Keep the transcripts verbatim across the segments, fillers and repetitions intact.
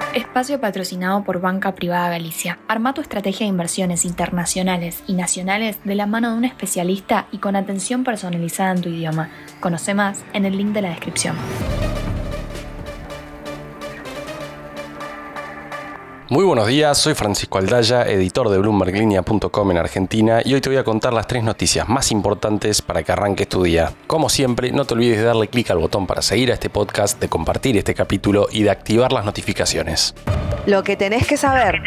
Espacio patrocinado por Banca Privada Galicia. Arma tu estrategia de inversiones internacionales y nacionales de la mano de un especialista y con atención personalizada en tu idioma. Conoce más en el link de la descripción. Muy buenos días, soy Francisco Aldaya, editor de Bloomberg Linea punto com en Argentina, y hoy te voy a contar las tres noticias más importantes para que arranques tu día. Como siempre, no te olvides de darle clic al botón para seguir a este podcast, de compartir este capítulo y de activar las notificaciones. Lo que tenés que saber.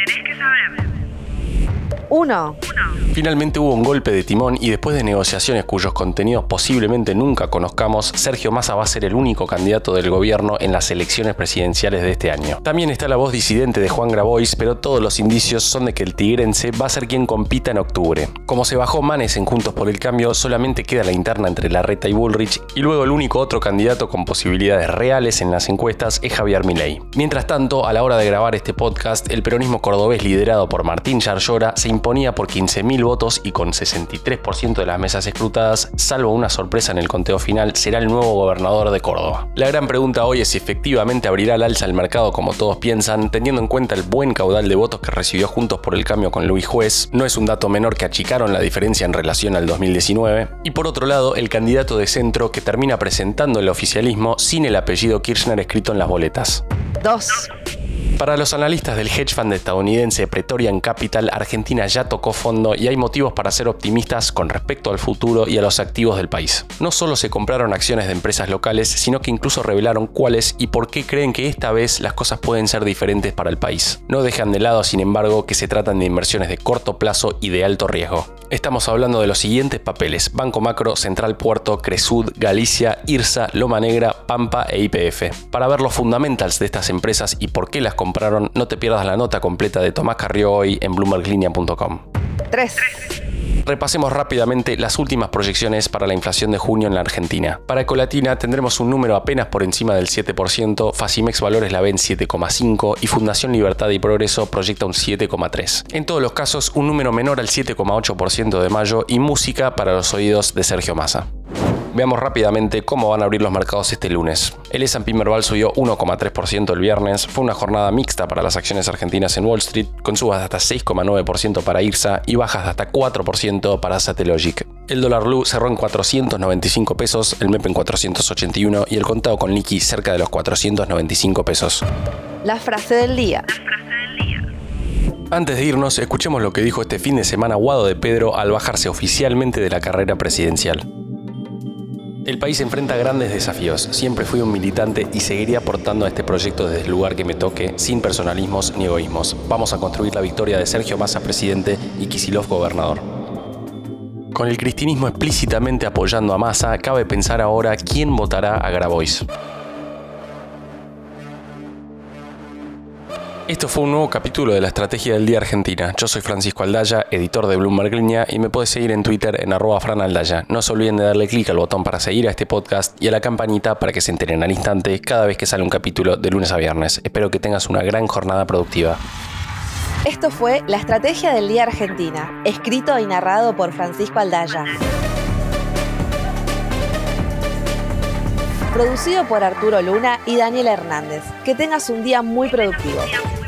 uno. Finalmente hubo un golpe de timón y después de negociaciones cuyos contenidos posiblemente nunca conozcamos, Sergio Massa va a ser el único candidato del gobierno en las elecciones presidenciales de este año. También está la voz disidente de Juan Grabois, pero todos los indicios son de que el tigrense va a ser quien compita en octubre. Como se bajó Manes en Juntos por el Cambio, solamente queda la interna entre Larreta y Bullrich, y luego el único otro candidato con posibilidades reales en las encuestas es Javier Milei. Mientras tanto, a la hora de grabar este podcast, el peronismo cordobés liderado por Martín Yarlora se imponía por quince mil votos y con sesenta y tres por ciento de las mesas escrutadas, salvo una sorpresa en el conteo final, será el nuevo gobernador de Córdoba. La gran pregunta hoy es si efectivamente abrirá al alza el mercado como todos piensan, teniendo en cuenta el buen caudal de votos que recibió Juntos por el Cambio con Luis Juez. No es un dato menor que achicaron la diferencia en relación al dos mil diecinueve. Y por otro lado, el candidato de centro que termina presentando el oficialismo sin el apellido Kirchner escrito en las boletas. dos. Para los analistas del hedge fund estadounidense Praetorian Capital, Argentina ya tocó fondo y hay motivos para ser optimistas con respecto al futuro y a los activos del país. No solo se compraron acciones de empresas locales, sino que incluso revelaron cuáles y por qué creen que esta vez las cosas pueden ser diferentes para el país. No dejan de lado, sin embargo, que se tratan de inversiones de corto plazo y de alto riesgo. Estamos hablando de los siguientes papeles: Banco Macro, Central Puerto, Cresud, Galicia, IRSA, Loma Negra, Pampa e Y P F. Para ver los fundamentals de estas empresas y por qué las compraron, no te pierdas la nota completa de Tomás Carrió hoy en Bloomberg Linea punto com. tres. Repasemos rápidamente las últimas proyecciones para la inflación de junio en la Argentina. Para Ecolatina tendremos un número apenas por encima del siete por ciento, Facimex Valores la ve en siete coma cinco por ciento y Fundación Libertad y Progreso proyecta un siete coma tres por ciento. En todos los casos, un número menor al siete coma ocho por ciento de mayo y música para los oídos de Sergio Massa. Veamos rápidamente cómo van a abrir los mercados este lunes. El ese and pe Merval subió uno coma tres por ciento el viernes. Fue una jornada mixta para las acciones argentinas en Wall Street, con subas de hasta seis coma nueve por ciento para IRSA y bajas de hasta cuatro por ciento para Satellogic. El dólar blue cerró en cuatrocientos noventa y cinco pesos, el M E P en cuatrocientos ochenta y uno y el contado con liqui cerca de los cuatrocientos noventa y cinco pesos. La frase del día. Antes de irnos, escuchemos lo que dijo este fin de semana Guado de Pedro al bajarse oficialmente de la carrera presidencial. El país enfrenta grandes desafíos. Siempre fui un militante y seguiré aportando a este proyecto desde el lugar que me toque, sin personalismos ni egoísmos. Vamos a construir la victoria de Sergio Massa presidente y Kicillof gobernador. Con el cristinismo explícitamente apoyando a Massa, cabe pensar ahora quién votará a Grabois. Esto fue un nuevo capítulo de la Estrategia del Día Argentina. Yo soy Francisco Aldaya, editor de Bloomberg Linea, y me puedes seguir en Twitter en arroba franaldaya. No se olviden de darle clic al botón para seguir a este podcast y a la campanita para que se enteren al instante cada vez que sale un capítulo de lunes a viernes. Espero que tengas una gran jornada productiva. Esto fue La Estrategia del Día Argentina, escrito y narrado por Francisco Aldaya. Producido por Arturo Luna y Daniel Hernández. Que tengas un día muy productivo.